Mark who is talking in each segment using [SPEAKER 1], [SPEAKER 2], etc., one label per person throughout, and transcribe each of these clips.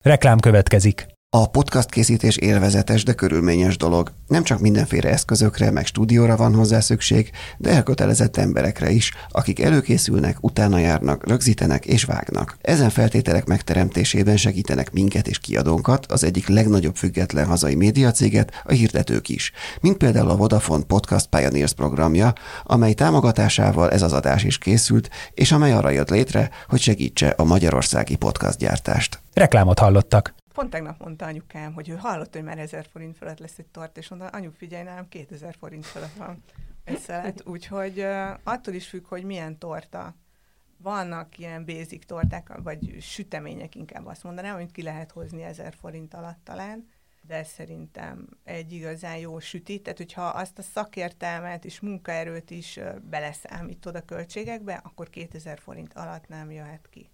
[SPEAKER 1] Reklám következik.
[SPEAKER 2] A podcast készítés élvezetes, de körülményes dolog. Nem csak mindenféle eszközökre, meg stúdióra van hozzá szükség, de elkötelezett emberekre is, akik előkészülnek, utána járnak, rögzítenek és vágnak. Ezen feltételek megteremtésében segítenek minket és kiadónkat, az egyik legnagyobb független hazai médiacéget, a hirdetők is. Mint például a Vodafone Podcast Pioneers programja, amely támogatásával ez az adás is készült, és amely arra jött létre, hogy segítse a magyarországi podcastgyártást.
[SPEAKER 1] Reklámot hallottak.
[SPEAKER 3] Pont tegnap mondta anyukám, hogy ő hallott, hogy már 1000 forint felett lesz egy tort, és mondta, anyu, figyelj, nálam 2000 forint felett van egy szelet. Úgyhogy attól is függ, hogy milyen torta. Vannak ilyen basic torták, vagy sütemények, inkább azt mondanám, amit ki lehet hozni 1000 forint alatt talán, de szerintem egy igazán jó süti, tehát hogyha azt a szakértelmet és munkaerőt is beleszámítod a költségekbe, akkor 2000 forint alatt nem jöhet ki.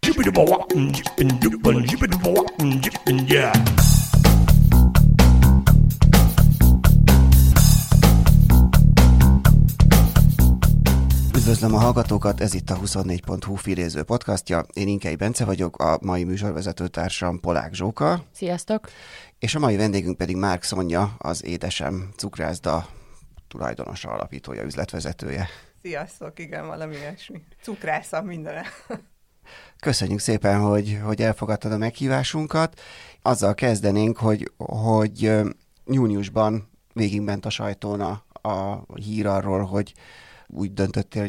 [SPEAKER 2] Üdvözlöm a hallgatókat, ez itt a 24.hu filéző podcastja. Én Inkei Bence vagyok, a mai műsorvezetőtársam Polák Zsóka.
[SPEAKER 4] Sziasztok!
[SPEAKER 2] És a mai vendégünk pedig Márk Szonya, az Édesem cukrászda tulajdonosa, alapítója, üzletvezetője.
[SPEAKER 3] Sziasztok, igen, valami ilyesmi. Cukrásza mindenre.
[SPEAKER 2] Köszönjük szépen, hogy elfogadtad a meghívásunkat. Azzal kezdenénk, hogy júniusban végigment a sajtón a hír arról, hogy úgy döntöttél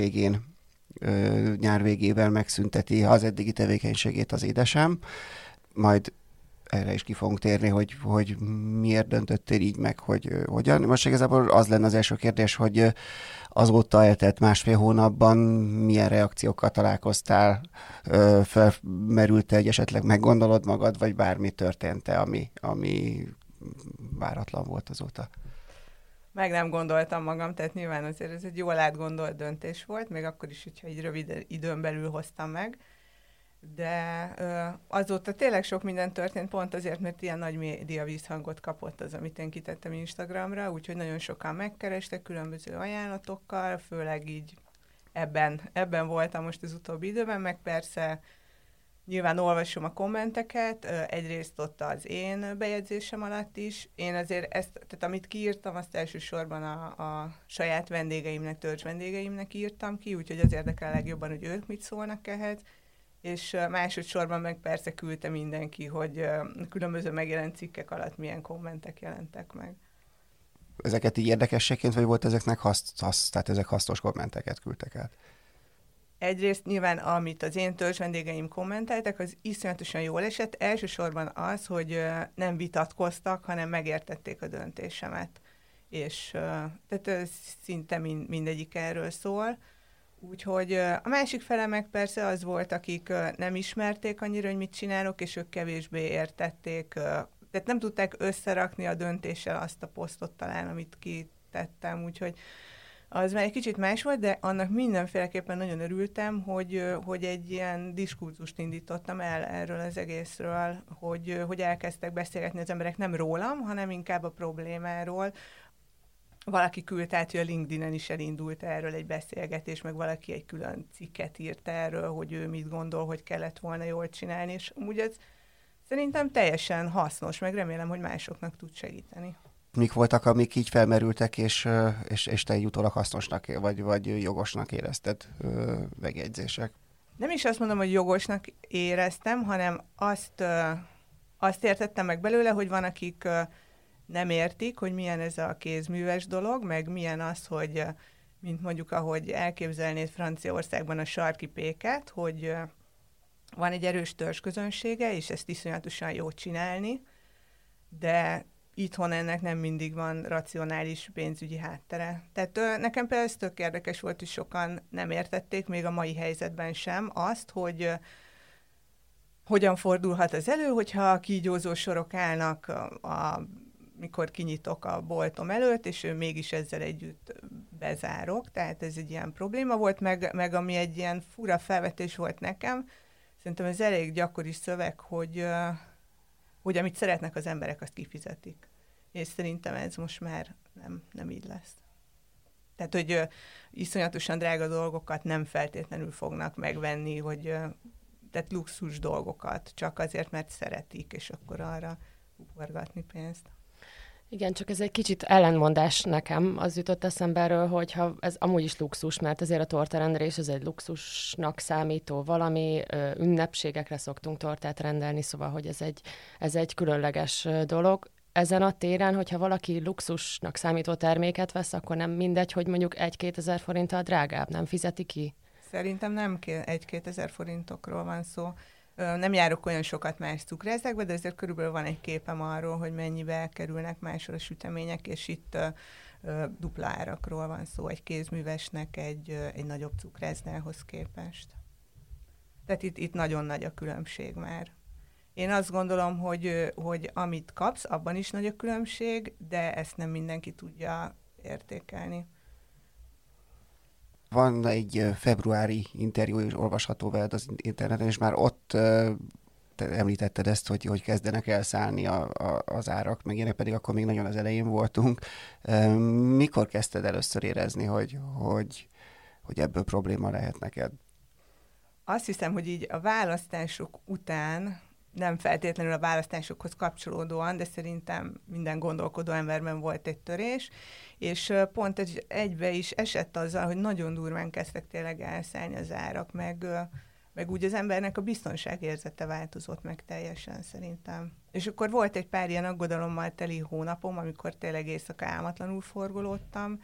[SPEAKER 2] nyár végével megszünteti az eddigi tevékenységét az Édesem. Majd erre is ki fogunk térni, hogy miért döntöttél így meg, hogy hogyan. Most igazából az lenne az első kérdés, hogy azóta eltelt másfél hónapban milyen reakciókkal találkoztál, felmerült-e, hogy esetleg meggondolod magad, vagy bármi történt-e, ami váratlan volt azóta?
[SPEAKER 3] Meg nem gondoltam magam, tehát nyilván azért ez egy jól átgondolt döntés volt, még akkor is, hogyha egy rövid időn belül hoztam meg. De azóta tényleg sok minden történt, pont azért, mert ilyen nagy média vízhangot kapott az, amit én kitettem Instagramra, úgyhogy nagyon sokan megkerestek különböző ajánlatokkal, főleg így ebben voltam most az utóbbi időben, meg persze nyilván olvasom a kommenteket, egyrészt ott az én bejegyzésem alatt is. Én azért tehát amit kiírtam, azt elsősorban a saját vendégeimnek, törzs vendégeimnek írtam ki, úgyhogy az érdekel legjobban, hogy ők mit szólnak ehhez. És másodszorban meg persze küldte mindenki, hogy különböző megjelent cikkek alatt milyen kommentek jelentek meg.
[SPEAKER 2] Ezeket így érdekességként, vagy volt ezeknek tehát ezek hasznos kommenteket küldtek át?
[SPEAKER 3] Egyrészt nyilván, amit az én törzs vendégeim kommenteltek, az iszonyatosan jól esett. Elsősorban az, hogy nem vitatkoztak, hanem megértették a döntésemet. És tehát szinte mindegyik erről szól. Úgyhogy a másik fele meg persze az volt, akik nem ismerték annyira, hogy mit csinálok, és ők kevésbé értették, tehát nem tudták összerakni a döntéssel azt a posztot talán, amit kitettem, úgyhogy az már egy kicsit más volt, de annak mindenféleképpen nagyon örültem, hogy egy ilyen diskurzust indítottam el erről az egészről, hogy elkezdtek beszélgetni az emberek nem rólam, hanem inkább a problémáról. Valaki küldte át, hogy a LinkedIn-en is elindult erről egy beszélgetés, meg valaki egy külön cikket írt erről, hogy ő mit gondol, hogy kellett volna jól csinálni, és amúgy ez szerintem teljesen hasznos, meg remélem, hogy másoknak tud segíteni.
[SPEAKER 2] Mik voltak, amik így felmerültek, és te egy utólag hasznosnak, vagy jogosnak érezted megjegyzések?
[SPEAKER 3] Nem is azt mondom, hogy jogosnak éreztem, hanem azt értettem meg belőle, hogy van, akik nem értik, hogy milyen ez a kézműves dolog, meg milyen az, hogy mint mondjuk, ahogy elképzelnéd Franciaországban a sarki péket, hogy van egy erős törzsközönsége, és ezt iszonyatosan jó csinálni, de itthon ennek nem mindig van racionális pénzügyi háttere. Tehát nekem például ez tök érdekes volt, hogy sokan nem értették, még a mai helyzetben sem azt, hogy hogyan fordulhat az elő, hogyha kígyózó sorok állnak mikor kinyitok a boltom előtt, és ő mégis ezzel együtt bezárok. Tehát ez egy ilyen probléma volt, meg ami egy ilyen fura felvetés volt nekem. Szerintem ez elég gyakori szöveg, hogy amit szeretnek az emberek, azt kifizetik. És szerintem ez most már nem így lesz. Tehát, hogy iszonyatosan drága dolgokat nem feltétlenül fognak megvenni, hogy tehát luxus dolgokat, csak azért, mert szeretik, és akkor arra uborgatni pénzt.
[SPEAKER 4] Igen, csak ez egy kicsit ellenmondás nekem, az jutott eszembe erről, hogyha ez amúgy is luxus, mert azért a tortarendelés ez egy luxusnak számító valami, ünnepségekre szoktunk tortát rendelni, szóval, hogy ez egy különleges dolog. Ezen a téren, hogyha valaki luxusnak számító terméket vesz, akkor nem mindegy, hogy mondjuk 1-2 ezer forinttal drágább, nem fizeti ki?
[SPEAKER 3] Szerintem nem 1-2 ezer forintokról van szó. Nem járok olyan sokat más cukrászdákba, de azért körülbelül van egy képem arról, hogy mennyibe kerülnek máshol a sütemények, és itt dupla árakról van szó egy kézművesnek egy nagyobb cukrászdához képest. Tehát itt nagyon nagy a különbség már. Én azt gondolom, hogy amit kapsz, abban is nagy a különbség, de ezt nem mindenki tudja értékelni.
[SPEAKER 2] Van egy februári interjú is olvasható veled az interneten, és már ott te említetted ezt, hogy kezdenek elszállni az árak, meg ilyenek, pedig akkor még nagyon az elején voltunk. Mikor kezdted először érezni, hogy ebből probléma lehet neked?
[SPEAKER 3] Azt hiszem, hogy így a választások után, nem feltétlenül a választásokhoz kapcsolódóan, de szerintem minden gondolkodó emberben volt egy törés, és pont egybe is esett azzal, hogy nagyon durván kezdtek tényleg elszállni az árak, meg úgy az embernek a biztonságérzete változott meg teljesen szerintem. És akkor volt egy pár ilyen aggodalommal teli hónapom, amikor tényleg éjszaka álmatlanul forgolódtam,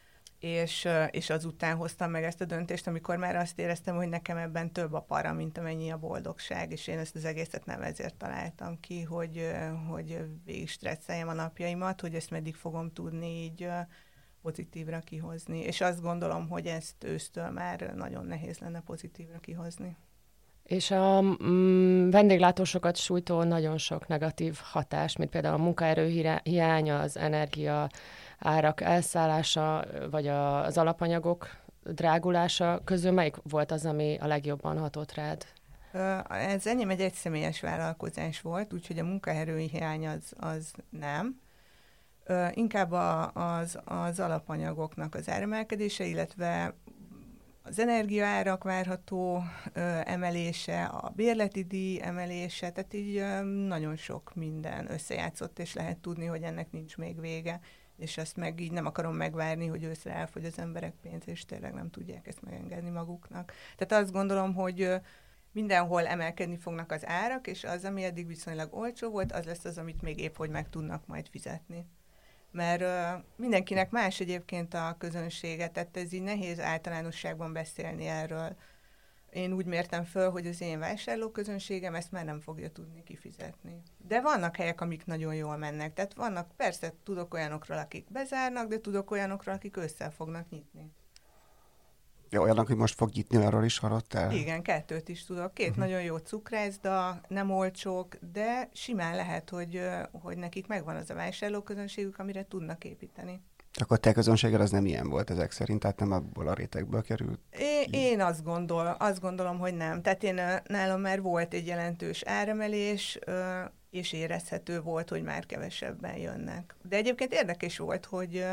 [SPEAKER 3] és azután hoztam meg ezt a döntést, amikor már azt éreztem, hogy nekem ebben több a para, mint amennyi a boldogság, és én ezt az egészet nem ezért találtam ki, hogy végig stresszeljem a napjaimat, hogy ezt meddig fogom tudni így pozitívra kihozni. És azt gondolom, hogy ezt ősztől már nagyon nehéz lenne pozitívra kihozni.
[SPEAKER 4] És a vendéglátósokat sújtó nagyon sok negatív hatás, mint például a munkaerő hiánya, az energia árak elszállása, vagy az alapanyagok drágulása közül melyik volt az, ami a legjobban hatott rád?
[SPEAKER 3] Ez enyém egy egyszemélyes vállalkozás volt, úgyhogy a munkaerő hiány az nem. Inkább az alapanyagoknak az áremelkedése, illetve az energiaárak várható emelése, a bérleti díj emelése, tehát így nagyon sok minden összejátszott, és lehet tudni, hogy ennek nincs még vége, és azt meg így nem akarom megvárni, hogy őszre elfogy az emberek pénz, és tényleg nem tudják ezt megengedni maguknak. Tehát azt gondolom, hogy mindenhol emelkedni fognak az árak, és az, ami eddig viszonylag olcsó volt, az lesz az, amit még épp hogy meg tudnak majd fizetni. Mert mindenkinek más egyébként a közönsége, tehát ez így nehéz általánosságban beszélni erről. Én úgy mértem föl, hogy az én vásárlóközönségem ezt már nem fogja tudni kifizetni. De vannak helyek, amik nagyon jól mennek. Tehát vannak, persze tudok olyanokról, akik bezárnak, de tudok olyanokról, akik össze fognak nyitni.
[SPEAKER 2] Ja, olyanok, hogy most fog nyitni, arról is hallottál?
[SPEAKER 3] Igen, 2 is tudok. 2 nagyon jó cukrászda, nem olcsók, de simán lehet, hogy nekik megvan az a vásárlóközönségük, amire tudnak építeni.
[SPEAKER 2] Akkor te közönséged az nem ilyen volt ezek szerint, tehát nem abból a rétegből került?
[SPEAKER 3] Én azt gondolom, hogy nem. Tehát nálam már volt egy jelentős áremelés, és érezhető volt, hogy már kevesebben jönnek. De egyébként érdekes volt, hogy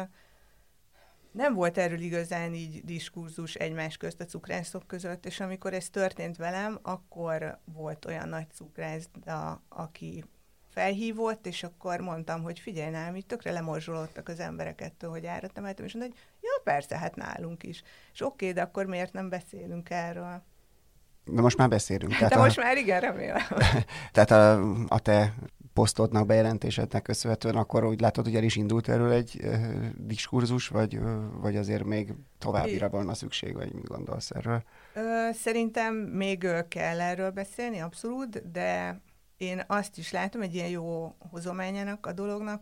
[SPEAKER 3] nem volt erről igazán így diskurzus egymás közt a cukrászok között, és amikor ez történt velem, akkor volt olyan nagy cukrászda, aki felhívott, és akkor mondtam, hogy figyelj, nálam így tökre lemorzsolódtak az emberek ettől, hogy árat emeltem, és mondta, hogy ja, persze, hát nálunk is. És oké, de akkor miért nem beszélünk erről?
[SPEAKER 2] De most már beszélünk.
[SPEAKER 3] De most már igen, remélem.
[SPEAKER 2] Tehát a te posztodnak, bejelentésednek köszönhetően, akkor úgy látod, hogy el is indult erről egy diskurzus, vagy azért még továbbira volna szükség, vagy mit gondolsz erről?
[SPEAKER 3] Szerintem még kell erről beszélni, abszolút, de én azt is látom egy ilyen jó hozományának a dolognak,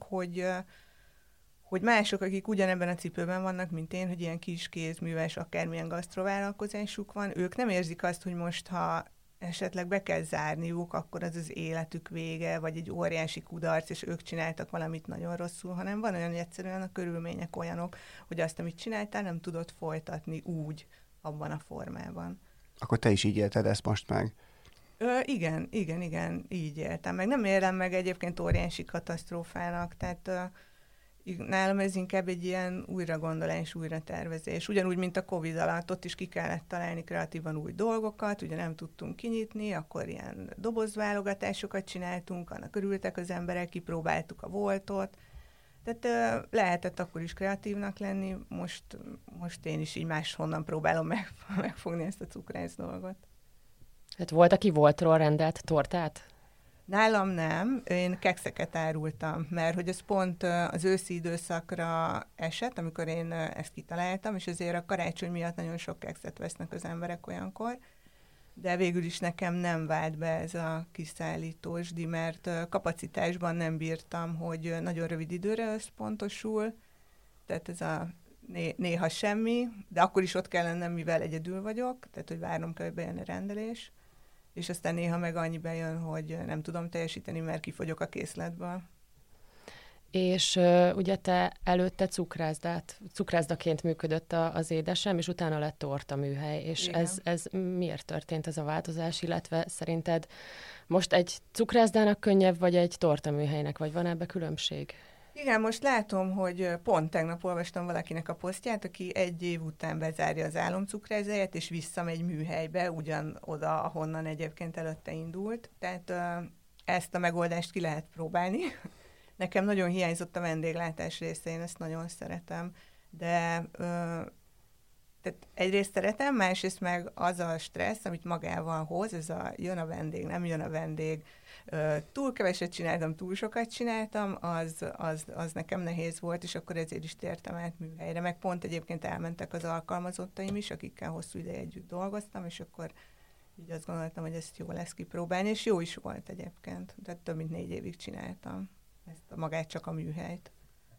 [SPEAKER 3] hogy mások, akik ugyanebben a cipőben vannak, mint én, hogy ilyen kis kézműves, akármilyen gasztrovállalkozásuk van, ők nem érzik azt, hogy most, ha esetleg be kell zárniuk, akkor az életük vége, vagy egy óriási kudarc, és ők csináltak valamit nagyon rosszul, hanem van olyan, hogy egyszerűen a körülmények olyanok, hogy azt, amit csináltál, nem tudod folytatni úgy, abban a formában.
[SPEAKER 2] Akkor te is így élted ezt most meg?
[SPEAKER 3] Igen, így éltem meg. Nem élem meg egyébként óriási katasztrófának, tehát Nálam ez inkább egy ilyen újragondolás, újratervezés. Ugyanúgy, mint a Covid alatt, ott is ki kellett találni kreatívan új dolgokat, ugye nem tudtunk kinyitni, akkor ilyen dobozválogatásokat csináltunk, annak örültek az emberek, kipróbáltuk a voltot. Tehát lehetett akkor is kreatívnak lenni, most én is így máshonnan próbálom megfogni ezt a cukrász dolgot.
[SPEAKER 4] Hát volt, aki voltról rendelt tortát?
[SPEAKER 3] Nálam nem, én kekszeket árultam, mert hogy ez pont az őszi időszakra esett, amikor én ezt kitaláltam, és azért a karácsony miatt nagyon sok kekszet vesznek az emberek olyankor, de végül is nekem nem vált be ez a kiszállítósdi, mert kapacitásban nem bírtam, hogy nagyon rövid időre összpontosul, tehát ez a néha semmi, de akkor is ott kell lennem, mivel egyedül vagyok, tehát hogy várnom kell, hogy bejön a rendelés, és aztán néha meg annyi bejön, hogy nem tudom teljesíteni, mert kifogyok a készletből.
[SPEAKER 4] És ugye te előtte cukrászdaként működött az édesem, és utána lett tortaműhely, és ez miért történt ez a változás, illetve szerinted most egy cukrászdának könnyebb, vagy egy tortaműhelynek, vagy van ebbe különbség?
[SPEAKER 3] Igen, most látom, hogy pont tegnap olvastam valakinek a posztját, aki 1 év után bezárja az álomcukrászdáját, és visszamegy műhelybe, ugyanoda, ahonnan egyébként előtte indult. Tehát ezt a megoldást ki lehet próbálni. Nekem nagyon hiányzott a vendéglátás része, én ezt nagyon szeretem, de tehát egyrészt szeretem, másrészt meg az a stressz, amit magával hoz, ez a jön a vendég, nem jön a vendég, túl keveset csináltam, túl sokat csináltam, az nekem nehéz volt, és akkor ezért is tértem át műhelyre. Meg pont egyébként elmentek az alkalmazottaim is, akikkel hosszú ideje együtt dolgoztam, és akkor így azt gondoltam, hogy ezt jó lesz kipróbálni, és jó is volt egyébként. Tehát több mint 4 évig csináltam ezt magát csak a műhelyt.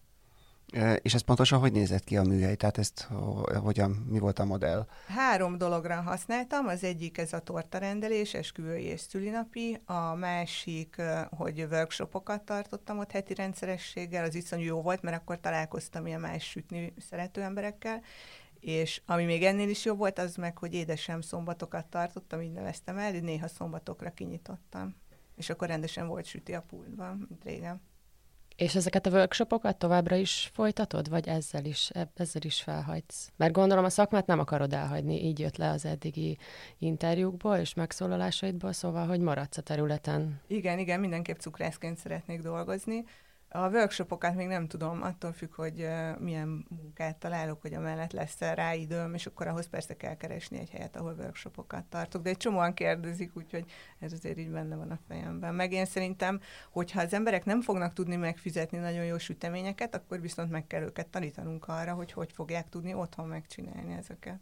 [SPEAKER 2] És ez pontosan hogy nézett ki a műhely? Tehát ezt mi volt a modell?
[SPEAKER 3] 3 dologra használtam, az egyik ez a tortarendelés, esküvői és szülinapi, a másik, hogy workshopokat tartottam ott heti rendszerességgel, az iszonyú jó volt, mert akkor találkoztam ilyen más sütni szerető emberekkel, és ami még ennél is jobb volt, az meg, hogy édesem szombatokat tartottam, így neveztem el, néha szombatokra kinyitottam. És akkor rendesen volt süti a pultban, mint régen.
[SPEAKER 4] És ezeket a workshopokat továbbra is folytatod, vagy ezzel is felhagysz? Mert gondolom a szakmát nem akarod elhagyni, így jött le az eddigi interjúkból és megszólalásaidból, szóval, hogy maradsz a területen.
[SPEAKER 3] Igen, mindenképp cukrászként szeretnék dolgozni. A workshopokat még nem tudom, attól függ, hogy milyen munkát találok, hogy amellett lesz rá időm, és akkor ahhoz persze kell keresni egy helyet, ahol workshopokat tartok. De egy csomóan kérdezik, úgyhogy ez azért így benne van a fejemben. Meg én szerintem, hogyha az emberek nem fognak tudni megfizetni nagyon jó süteményeket, akkor viszont meg kell őket tanítanunk arra, hogy fogják tudni otthon megcsinálni ezeket.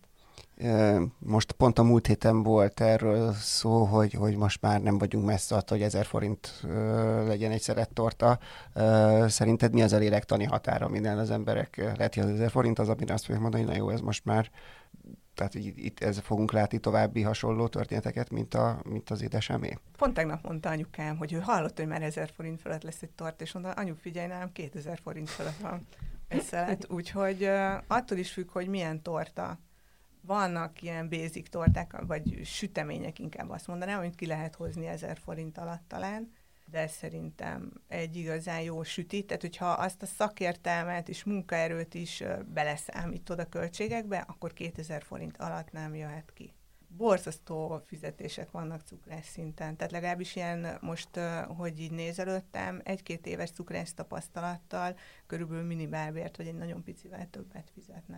[SPEAKER 2] Most pont a múlt héten volt erről szó, hogy most már nem vagyunk messze attól, hogy 1000 forint legyen egy szerettorta. Szerinted mi az a lélektani határa, minden az emberek lehet, hogy az 1000 forint az, amire azt fogják mondani, hogy na jó, ez most már, tehát itt fogunk látni további hasonló történeteket, mint az édesemé.
[SPEAKER 3] Pont tegnap mondta anyukám, hogy ő hallott, hogy már 1000 forint fölött lesz egy tort, és mondta, anyu, figyelj, nálam 2000 forint fölött van egy szelet. Úgyhogy attól is függ, hogy milyen torta. Vannak ilyen basic torták, vagy sütemények inkább azt mondanám, amit ki lehet hozni 1000 forint alatt talán, de szerintem egy igazán jó süti, tehát hogyha azt a szakértelmet és munkaerőt is beleszámítod a költségekbe, akkor 2000 forint alatt nem jöhet ki. Borzasztó fizetések vannak cukrász szinten, tehát legalábbis ilyen most, hogy így nézelődtem, 1-2 éves cukrász tapasztalattal körülbelül minimálbért, vagy egy nagyon picivel többet fizetnek.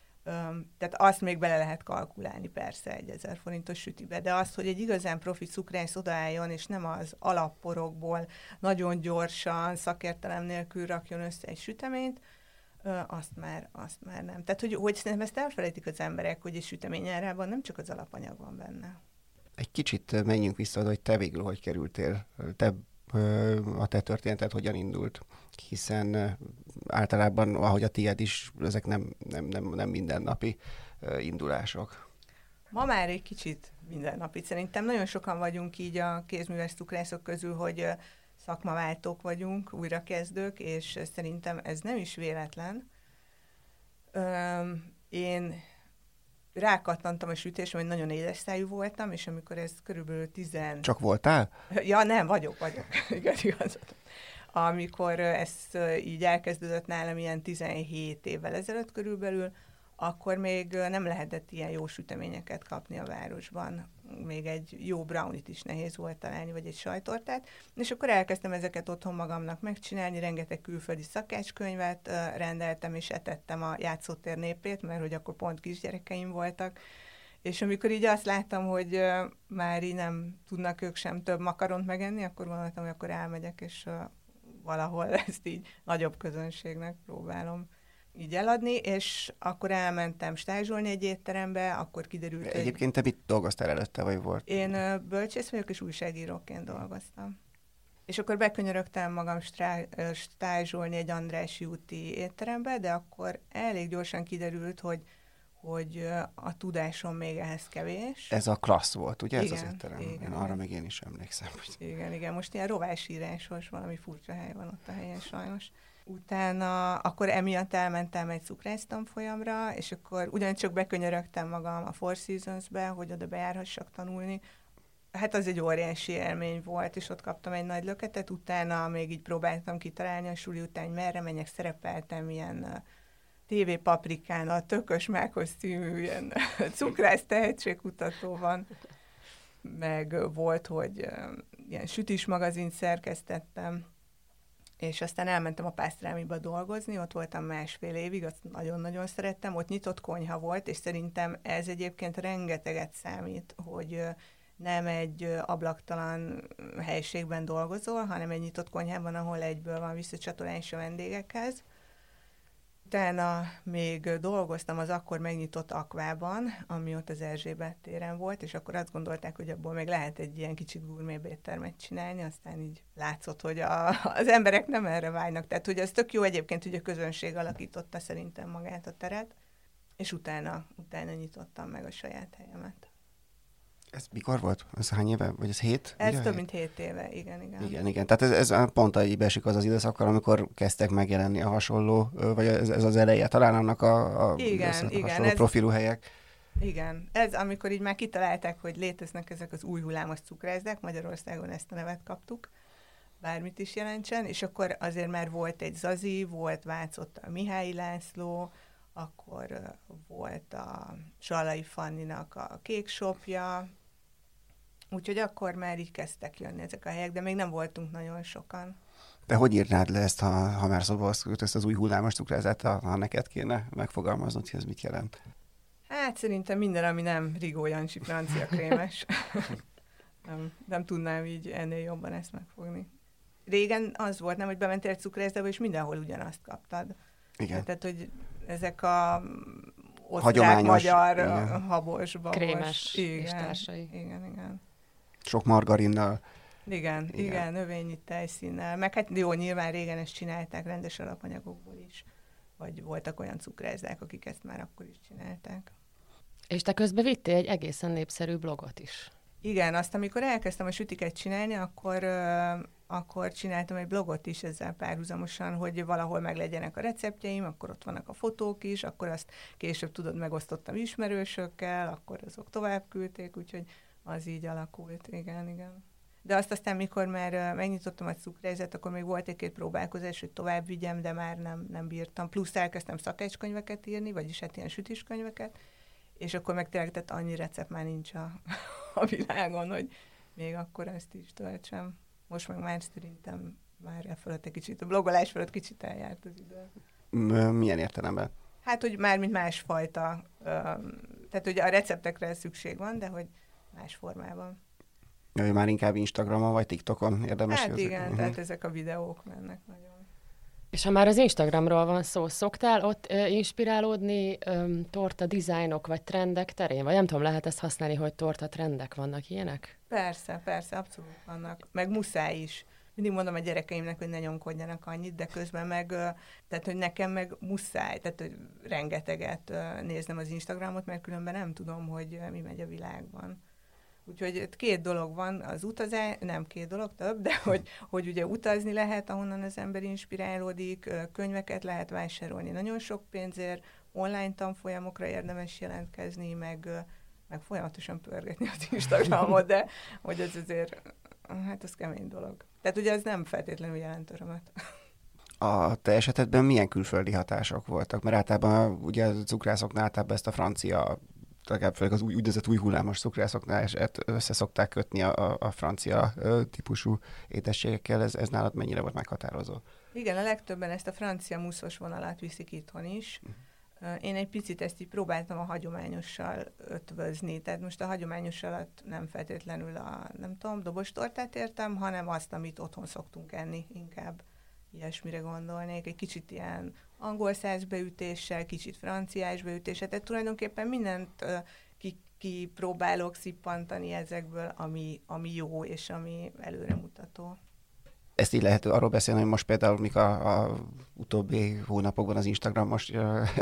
[SPEAKER 3] Tehát azt még bele lehet kalkulálni persze egy 1000 forintos sütibe, de azt, hogy egy igazán profi cukrász odaálljon, és nem az alapporokból nagyon gyorsan, szakértelem nélkül rakjon össze egy süteményt, azt már nem. Tehát, hogy szerintem ezt elfelejtik az emberek, hogy egy sütemény árában nem csak az alapanyag van benne.
[SPEAKER 2] Egy kicsit menjünk vissza, hogy te végül hogy kerültél, a te történeted hogyan indult, hiszen általában, ahogy a tiéd is, ezek nem mindennapi indulások.
[SPEAKER 3] Ma már egy kicsit mindennapi. Szerintem nagyon sokan vagyunk így a kézműves cukrászok közül, hogy szakmaváltók vagyunk, újrakezdők, és szerintem ez nem is véletlen. Én rákattantam a sütésre, hogy nagyon édes szájú voltam, és amikor ez körülbelül
[SPEAKER 2] Csak voltál?
[SPEAKER 3] Ja, nem, vagyok. Igen, igazad. amikor ez így elkezdődött nálam ilyen 17 évvel ezelőtt körülbelül, akkor még nem lehetett ilyen jó süteményeket kapni a városban. Még egy jó brownit is nehéz volt találni, vagy egy sajtortát. És akkor elkezdtem ezeket otthon magamnak megcsinálni, rengeteg külföldi szakácskönyvet rendeltem, és etettem a játszótér népét, mert hogy akkor pont kisgyerekeim voltak. És amikor így azt láttam, hogy már így nem tudnak ők sem több makaront megenni, akkor gondoltam, hogy akkor elmegyek, és valahol ezt így nagyobb közönségnek próbálom így eladni, és akkor elmentem stázsolni egy étterembe, akkor kiderült,
[SPEAKER 2] Egyébként te mit dolgoztál előtte, vagy volt?
[SPEAKER 3] Én bölcsész vagyok, és újságíróként dolgoztam. És akkor bekönyörögtem magam stázsolni egy Andrássy úti étterembe, de akkor elég gyorsan kiderült, hogy a tudásom még ehhez kevés.
[SPEAKER 2] Ez a klassz volt, ugye?
[SPEAKER 3] Igen,
[SPEAKER 2] ez az étterem?
[SPEAKER 3] igen.
[SPEAKER 2] Arra még én is emlékszem. Hogy...
[SPEAKER 3] Igen, most ilyen rovásírásos, valami furcsa hely van ott a helyen sajnos. Utána akkor emiatt elmentem egy cukrásztanfolyamra, és akkor ugyancsak bekönyörögtem magam a Four Seasons-be, hogy oda bejárhassak tanulni. Hát az egy óriási élmény volt, és ott kaptam egy nagy löketet, utána még így próbáltam kitalálni a suli után, hogy merre menjek, szerepeltem ilyen TV Paprikán, a Tökös Mákos című ilyen cukrász tehetségkutatóban, meg volt, hogy ilyen sütis magazint szerkesztettem, és aztán elmentem a Pásztrámiba dolgozni, ott voltam 1,5 évig, azt nagyon-nagyon szerettem, ott nyitott konyha volt, és szerintem ez egyébként rengeteget számít, hogy nem egy ablaktalan helyiségben dolgozol, hanem egy nyitott konyhában, ahol egyből van visszacsatolás a vendégekhez. Utána még dolgoztam az akkor megnyitott Akvában, ami ott az Erzsébet téren volt, és akkor azt gondolták, hogy abból még lehet egy ilyen kicsit gurmé éttermet csinálni, aztán így látszott, hogy az emberek nem erre vágynak. Tehát, hogy ez tök jó egyébként, hogy a közönség alakította szerintem magát a teret, és utána nyitottam meg a saját helyemet.
[SPEAKER 2] Ez mikor volt? Ez hány éve? Vagy ez 7?
[SPEAKER 3] Ez
[SPEAKER 2] ugye?
[SPEAKER 3] több mint 7 éve, igen.
[SPEAKER 2] Igen. Tehát ez pont egybe esik az időszakkal, amikor kezdtek megjelenni a hasonló, vagy ez az eleje talán annak a hasonló profilú helyek.
[SPEAKER 3] Igen. Ez amikor így már kitalálták, hogy léteznek ezek az új hullámos cukrászdák, Magyarországon ezt a nevet kaptuk, bármit is jelentsen, és akkor azért már volt egy Zazi, volt Vácott a Mihály László, akkor volt a Sallai Fanninak a Kék Shopja, úgyhogy akkor már így kezdtek jönni ezek a helyek, de még nem voltunk nagyon sokan.
[SPEAKER 2] De hogy írnád le ezt, ha már szóval ezt az új hullámos cukrázát, ha neked kéne megfogalmaznod, hogy ez mit jelent?
[SPEAKER 3] Hát szerintem minden, ami nem Rigó Jancsi francia krémes. nem tudnám így ennél jobban ezt megfogni. Régen az volt, nem, hogy bementél egy cukrászdába, és mindenhol ugyanazt kaptad.
[SPEAKER 2] Igen.
[SPEAKER 3] Tehát, hogy ezek a
[SPEAKER 2] hagyományos,
[SPEAKER 3] habos, babos.
[SPEAKER 4] Krémes és társai.
[SPEAKER 3] Igen.
[SPEAKER 2] Sok margarinnal.
[SPEAKER 3] Igen, növényi tejszínnel. Meg hát jó, nyilván régen ezt csinálták rendes alapanyagokból is. Vagy voltak olyan cukrászdák, akik ezt már akkor is csinálták.
[SPEAKER 4] És te közben vittél egy egészen népszerű blogot is.
[SPEAKER 3] Igen, azt amikor elkezdtem a sütiket csinálni, akkor csináltam egy blogot is ezzel párhuzamosan, hogy valahol meglegyenek a receptjeim, akkor ott vannak a fotók is, akkor azt később tudod, megosztottam ismerősökkel, akkor azok tovább küldték, úgyhogy az így alakult, igen. De azt aztán, mikor már megnyitottam a cukrázat, akkor még volt egy-két próbálkozás, hogy tovább vigyem, de már nem bírtam. Plusz elkezdtem szakácskönyveket írni, vagyis hát ilyen sütiskönyveket, és akkor meg tényleg, tehát annyi recept már nincs a világon, hogy még akkor ezt is töltsem. Most meg már szerintem már e fölött egy kicsit, a blogolás fölött kicsit eljárt az idő.
[SPEAKER 2] Milyen értelemben?
[SPEAKER 3] Hát, hogy már mint másfajta, tehát ugye a receptekre szükség van, de hogy más formában.
[SPEAKER 2] Már inkább Instagramon vagy TikTokon érdemes?
[SPEAKER 3] Hát igen, tehát ezek a videók mennek nagyon.
[SPEAKER 4] És ha már az Instagramról van szó, szoktál ott inspirálódni torta dizájnok vagy trendek terén? Vagy nem tudom, lehet ezt használni, hogy torta trendek vannak ilyenek?
[SPEAKER 3] Persze, abszolút vannak. Meg muszáj is. Mindig mondom a gyerekeimnek, hogy ne nyomkodjanak annyit, de közben meg, tehát hogy nekem meg muszáj, tehát hogy rengeteget néznem az Instagramot, mert különben nem tudom, hogy mi megy a világban. Úgyhogy 2 dolog van, az utazás, nem 2 dolog, több, de hogy ugye utazni lehet, ahonnan az ember inspirálódik, könyveket lehet vásárolni nagyon sok pénzért, online tanfolyamokra érdemes jelentkezni, meg folyamatosan pörgetni az Instagramot, de hogy ez azért, hát ez kemény dolog. Tehát ugye ez nem feltétlenül jelent örömet.
[SPEAKER 2] A te esetedben milyen külföldi hatások voltak? Mert általában ugye a cukrászoknál általában ezt a francia, legalább főleg az úgynevezett új hullámos cukrászoknál össze szokták kötni a francia típusú édességekkel. Ez nálad mennyire volt meghatározó?
[SPEAKER 3] Igen, a legtöbben ezt a francia muszos vonalat viszik itthon is. Én egy picit ezt így próbáltam a hagyományossal ötvözni. Tehát most a hagyományos alatt nem feltétlenül dobostortát értem, hanem azt, amit otthon szoktunk enni, inkább ilyesmire gondolnék. Egy kicsit ilyen angol száz beütéssel, kicsit franciás beütéssel. Tehát tulajdonképpen mindent kipróbálok szippantani ezekből, ami jó és ami előremutató.
[SPEAKER 2] Ezt így lehet arról beszélni, hogy most például mik a utóbbi hónapokban az Instagramos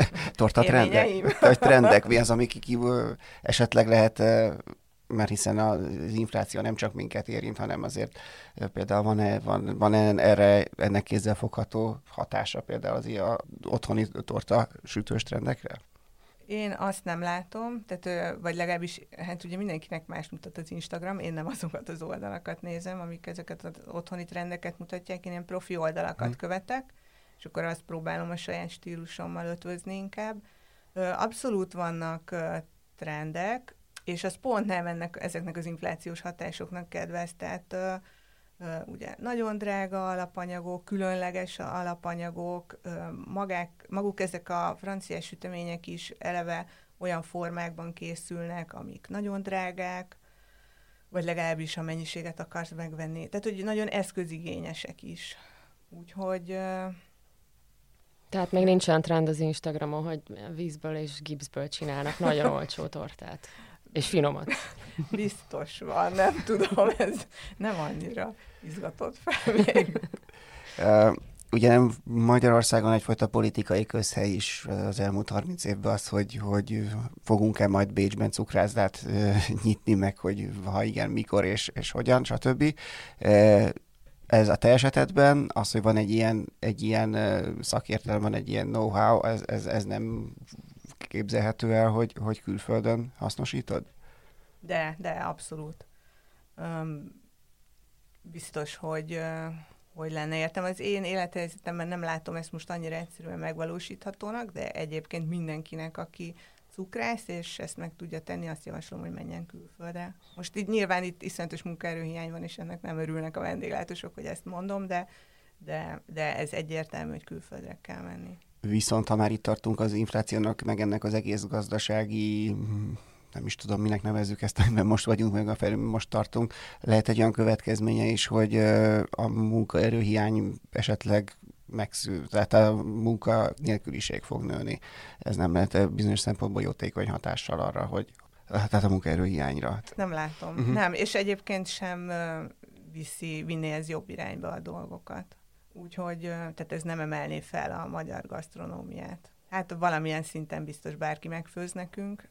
[SPEAKER 2] trendek, mi az, amik kívül esetleg lehet, mert hiszen az infláció nem csak minket érint, hanem azért például van erre ennek kézzelfogható hatása például az ilyen otthoni torta sütős trendekre?
[SPEAKER 3] Én azt nem látom, tehát, vagy legalábbis, hát ugye mindenkinek más mutat az Instagram, én nem azokat az oldalakat nézem, amik ezeket az otthoni trendeket mutatják, én ilyen profi oldalakat követek, és akkor azt próbálom a saját stílusommal ötvözni inkább. Abszolút vannak trendek, és az pont nem ezeknek az inflációs hatásoknak kedvez, tehát ugye nagyon drága alapanyagok, különleges alapanyagok, maguk ezek a francia sütemények is eleve olyan formákban készülnek, amik nagyon drágák, vagy legalábbis a mennyiséget akarsz megvenni. Tehát, hogy nagyon eszközigényesek is. Úgyhogy...
[SPEAKER 4] Tehát még nincs olyan trend az Instagramon, hogy vízből és gipszből csinálnak nagyon olcsó tortát. És finomat.
[SPEAKER 3] Biztos van, nem tudom, ez nem annyira izgatott fel még.
[SPEAKER 2] Ugye Magyarországon egyfajta politikai közhely is az elmúlt 30 évben az, hogy fogunk-e majd Bécsben cukrászdát nyitni meg, hogy ha igen, mikor és hogyan, stb. Ez a te esetedben, az, hogy van egy ilyen szakértelem, van egy ilyen know-how, ez nem képzelhető el, hogy külföldön hasznosítod?
[SPEAKER 3] De abszolút. Biztos, hogy lenne értem. Az én élethelyzetemben nem látom ezt most annyira egyszerűen megvalósíthatónak, de egyébként mindenkinek, aki cukrász, és ezt meg tudja tenni, azt javaslom, hogy menjen külföldre. Most így nyilván itt iszonyatos munkaerőhiány van, és ennek nem örülnek a vendéglátósok, hogy ezt mondom, de ez egyértelmű, hogy külföldre kell menni.
[SPEAKER 2] Viszont ha már itt tartunk az inflációnak, meg ennek az egész gazdasági, nem is tudom, minek nevezzük ezt, amiben most vagyunk, meg a felül most tartunk, lehet egy olyan következménye is, hogy a munkaerőhiány esetleg megszűn, tehát a munkanélküliség fog nőni. Ez nem lehet bizonyos szempontból jótékony hatással arra, hogy tehát a munkaerőhiányra.
[SPEAKER 3] Nem látom. Nem, és egyébként sem vinné ez jobb irányba a dolgokat. Úgyhogy tehát ez nem emelné fel a magyar gasztronómiát. Hát valamilyen szinten biztos bárki megfőz nekünk.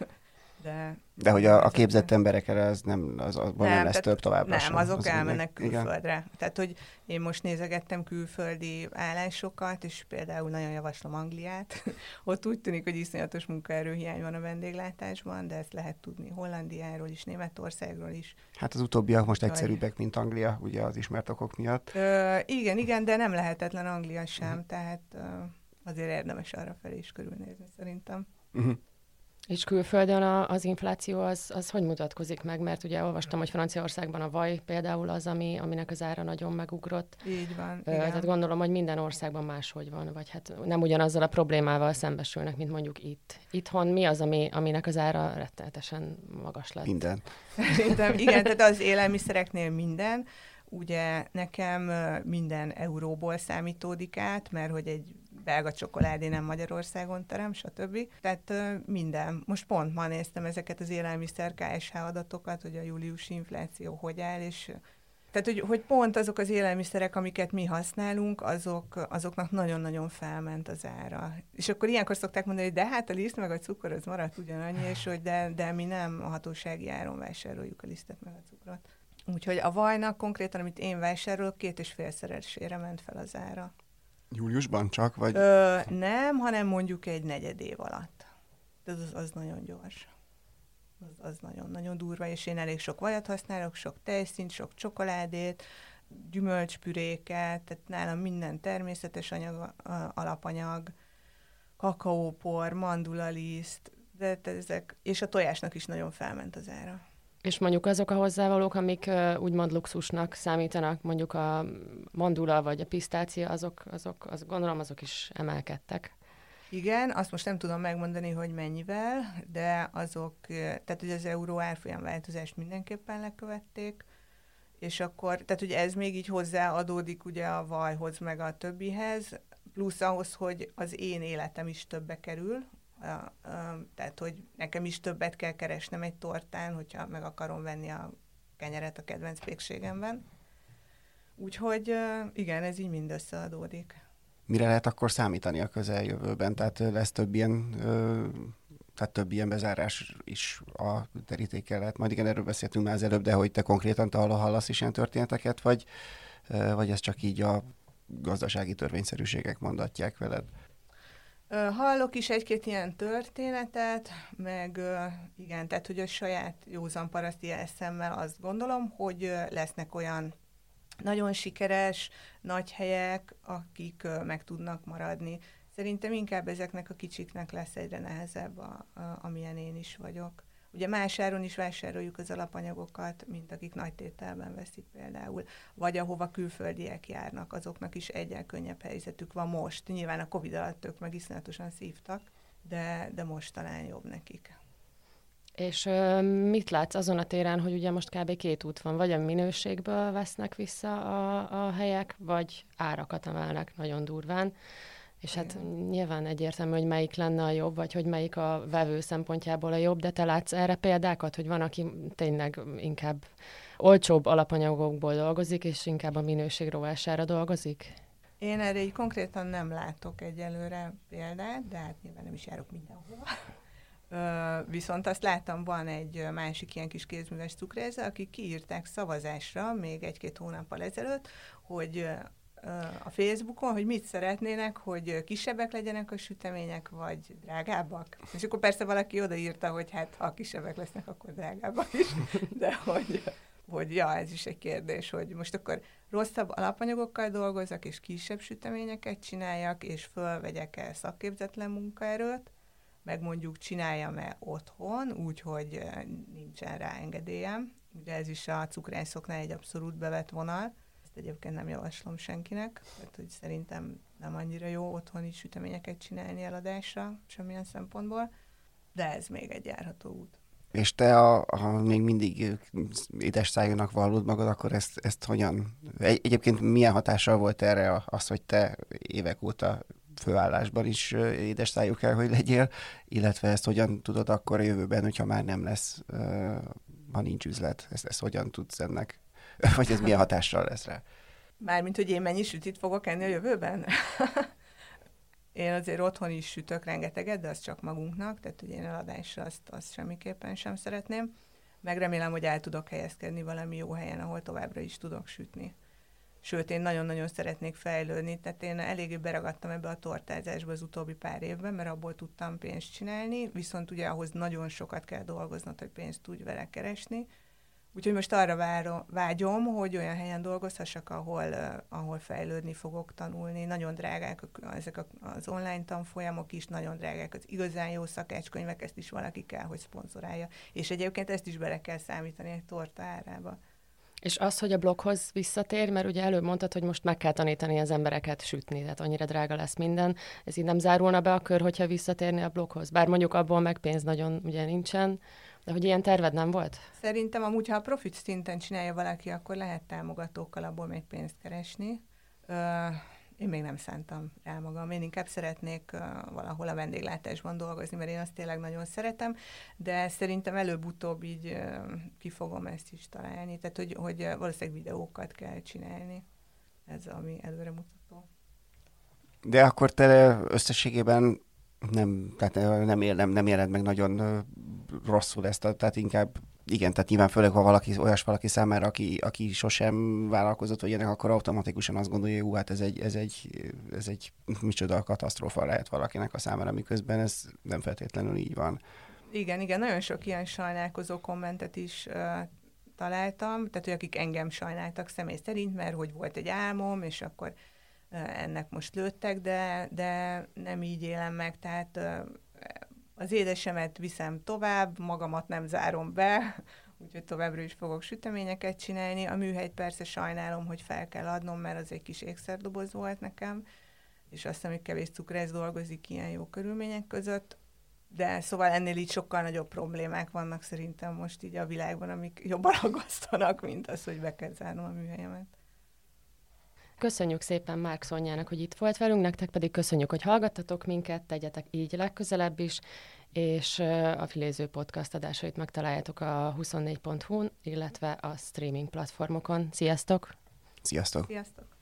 [SPEAKER 3] De hogy a képzett emberekre az nem lesz több továbbra nem,
[SPEAKER 2] sem.
[SPEAKER 3] Azok elmennek külföldre. Igen. Tehát, hogy én most nézegettem külföldi állásokat, és például nagyon javaslom Angliát. Ott úgy tűnik, hogy iszonyatos munkaerőhiány van a vendéglátásban, de ezt lehet tudni Hollandiáról is, Németországról is.
[SPEAKER 2] Hát az utóbbiak most egyszerűbbek, mint Anglia, ugye az ismert okok miatt.
[SPEAKER 3] Igen, de nem lehetetlen Anglia sem, tehát azért érdemes arra felé is körülnézni szerintem.
[SPEAKER 4] És külföldön az infláció az hogy mutatkozik meg? Mert ugye olvastam, hogy Franciaországban a vaj például az, aminek az ára nagyon megugrott.
[SPEAKER 3] Így van,
[SPEAKER 4] igen. Tehát gondolom, hogy minden országban máshogy van, vagy hát nem ugyanazzal a problémával szembesülnek, mint mondjuk itt. Itthon mi az, aminek az ára rettenetesen magas lett?
[SPEAKER 2] Minden.
[SPEAKER 3] Igen, tehát az élelmiszereknél minden. Ugye nekem minden euróból számítódik át, mert hogy egy belga csokoládé nem Magyarországon terem, stb. Tehát minden. Most pont ma néztem ezeket az élelmiszer KSH adatokat, hogy a júliusi infláció hogy áll, és tehát, hogy pont azok az élelmiszerek, amiket mi használunk, azoknak nagyon-nagyon felment az ára. És akkor ilyenkor szokták mondani, hogy de hát a liszt meg a cukor az maradt ugyanannyi, és hogy de mi nem a hatósági áron vásároljuk a lisztet meg a cukrot. Úgyhogy a vajnak konkrétan, amit én vásárolok, 2,5-szeresére ment fel az ára.
[SPEAKER 2] Júliusban csak, vagy?
[SPEAKER 3] Nem, hanem mondjuk egy negyed év alatt. Az nagyon gyors. Az nagyon-nagyon durva, és én elég sok vajat használok, sok tejszínt, sok csokoládét, gyümölcspüréket, tehát nálam minden természetes anyag, alapanyag, kakaópor, mandulaliszt, de ezek, és a tojásnak is nagyon felment az ára.
[SPEAKER 4] És mondjuk azok a hozzávalók, amik úgymond luxusnak számítanak, mondjuk a mandula vagy a pisztácia, azok gondolom azok is emelkedtek.
[SPEAKER 3] Igen, azt most nem tudom megmondani, hogy mennyivel, de azok, tehát ugye az euró árfolyam változást mindenképpen lekövették, és akkor, tehát ugye ez még így hozzáadódik ugye a vajhoz, meg a többihez, plusz ahhoz, hogy az én életem is többe kerül, tehát hogy nekem is többet kell keresnem egy tortán, hogyha meg akarom venni a kenyeret a kedvenc pékségemben. Úgyhogy igen, ez így mind összeadódik.
[SPEAKER 2] Mire lehet akkor számítani a közeljövőben? Tehát lesz több ilyen bezárás is a terítékkel lehet. Majd igen, erről beszéltünk már az előbb, de hogy te konkrétan hallasz is ilyen történeteket, vagy ez csak így a gazdasági törvényszerűségek mondatják veled?
[SPEAKER 3] Hallok is egy-két ilyen történetet, meg igen, tehát hogy a saját józan paraszti eszemmel azt gondolom, hogy lesznek olyan nagyon sikeres, nagy helyek, akik meg tudnak maradni. Szerintem inkább ezeknek a kicsiknek lesz egyre nehezebb, amilyen én is vagyok. Ugye más áron is vásároljuk az alapanyagokat, mint akik nagy tételben veszik például, vagy ahova külföldiek járnak, azoknak is egyen könnyebb helyzetük van most. Nyilván a Covid alatt ők meg iszonyatosan szívtak, de most talán jobb nekik.
[SPEAKER 4] És mit látsz azon a téren, hogy ugye most kb. 2 út van, vagy a minőségből vesznek vissza a helyek, vagy árakat emelnek nagyon durván. És hát nyilván egyértelmű, hogy melyik lenne a jobb, vagy hogy melyik a vevő szempontjából a jobb, de te látsz erre példákat, hogy van, aki tényleg inkább olcsóbb alapanyagokból dolgozik, és inkább a minőség rovására dolgozik?
[SPEAKER 3] Én erre így konkrétan nem látok egyelőre példát, de hát nyilván nem is járok mindenhova. Viszont azt láttam, van egy másik ilyen kis kézműves cukrászda, akik kiírták szavazásra még 1-2 hónappal ezelőtt, hogy a Facebookon, hogy mit szeretnének, hogy kisebbek legyenek a sütemények, vagy drágábbak. És akkor persze valaki odaírta, hogy hát ha kisebbek lesznek, akkor drágábbak is, de hogy ja, ez is egy kérdés, hogy most akkor rosszabb alapanyagokkal dolgozzak, és kisebb süteményeket csináljak, és fölvegyek el szakképzetlen munkaerőt, meg mondjuk csináljam-e otthon, úgyhogy nincsen rá engedélyem. Ugye ez is a cukrászoknál egy abszolút bevett vonal. Ezt egyébként nem javaslom senkinek, mert hogy szerintem nem annyira jó otthoni süteményeket csinálni eladásra, semmilyen szempontból, de ez még egy járható út.
[SPEAKER 2] És te, ha még mindig édes szájúnak vallod magad, akkor ezt hogyan? Egyébként milyen hatással volt erre az, hogy te évek óta főállásban is édes szájú kell, hogy legyél, illetve ezt hogyan tudod akkor a jövőben, hogyha már nem lesz, ha nincs üzlet, ezt hogyan tudsz ennek, vagy ez milyen hatással lesz rá?
[SPEAKER 3] Mármint, hogy én mennyi sütit fogok enni a jövőben? Én azért otthon is sütök rengeteget, de az csak magunknak, tehát hogy én eladásra azt semmiképpen sem szeretném. Meg remélem, hogy el tudok helyezkedni valami jó helyen, ahol továbbra is tudok sütni. Sőt, én nagyon-nagyon szeretnék fejlődni, tehát én eléggé beragadtam ebbe a tortázásba az utóbbi pár évben, mert abból tudtam pénzt csinálni, viszont ugye ahhoz nagyon sokat kell dolgoznod, hogy pénzt tudj vele keresni. Úgyhogy most arra vágyom, hogy olyan helyen dolgozhassak, ahol fejlődni fogok tanulni. Nagyon drágák ezek az online tanfolyamok is, nagyon drágák az igazán jó szakácskönyvek, ezt is valaki kell, hogy szponzorálja. És egyébként ezt is bele kell számítani egy torta árába.
[SPEAKER 4] És az, hogy a bloghoz visszatér, mert ugye előbb mondtad, hogy most meg kell tanítani az embereket sütni, tehát annyira drága lesz minden. Ez így nem zárulna be a kör, hogyha visszatérni a bloghoz? Bár mondjuk abból meg pénz nagyon ugye nincsen, de hogy ilyen terved nem volt? Szerintem
[SPEAKER 3] amúgy, ha a profit szinten csinálja valaki, akkor lehet támogatókkal abból még pénzt keresni. Én még nem szántam rá magam. Én inkább szeretnék valahol a vendéglátásban dolgozni, mert én azt tényleg nagyon szeretem, de szerintem előbb-utóbb így ki fogom ezt is találni. Tehát, hogy valószínűleg videókat kell csinálni. Ez ami előremutató.
[SPEAKER 2] De akkor te összességében nem éled meg nagyon rosszul ezt, tehát inkább igen, tehát nyilván főleg, ha valaki számára, aki sosem vállalkozott, vagy ilyenek, akkor automatikusan azt gondolja, hogy hát ez egy micsoda katasztrófa lehet valakinek a számára, miközben ez nem feltétlenül így van.
[SPEAKER 3] Igen, nagyon sok ilyen sajnálkozó kommentet is találtam, tehát hogy akik engem sajnáltak személy szerint, mert hogy volt egy álmom, és akkor ennek most lőttek, de nem így élem meg, tehát az édesemet viszem tovább, magamat nem zárom be, úgyhogy továbbra is fogok süteményeket csinálni. A műhelyt persze sajnálom, hogy fel kell adnom, mert az egy kis ékszerdoboz volt nekem, és azt hiszem, hogy kevés cukrász dolgozik ilyen jó körülmények között, de szóval ennél így sokkal nagyobb problémák vannak szerintem most így a világban, amik jobban aggasztanak, mint az, hogy be kell zárnom a műhelyemet.
[SPEAKER 4] Köszönjük szépen Márk Szonyának, hogy itt volt velünk, nektek pedig köszönjük, hogy hallgattatok minket, tegyetek így legközelebb is, és a Filéző podcast adásait megtaláljátok a 24.hu-n, illetve a streaming platformokon. Sziasztok!
[SPEAKER 2] Sziasztok!
[SPEAKER 3] Sziasztok!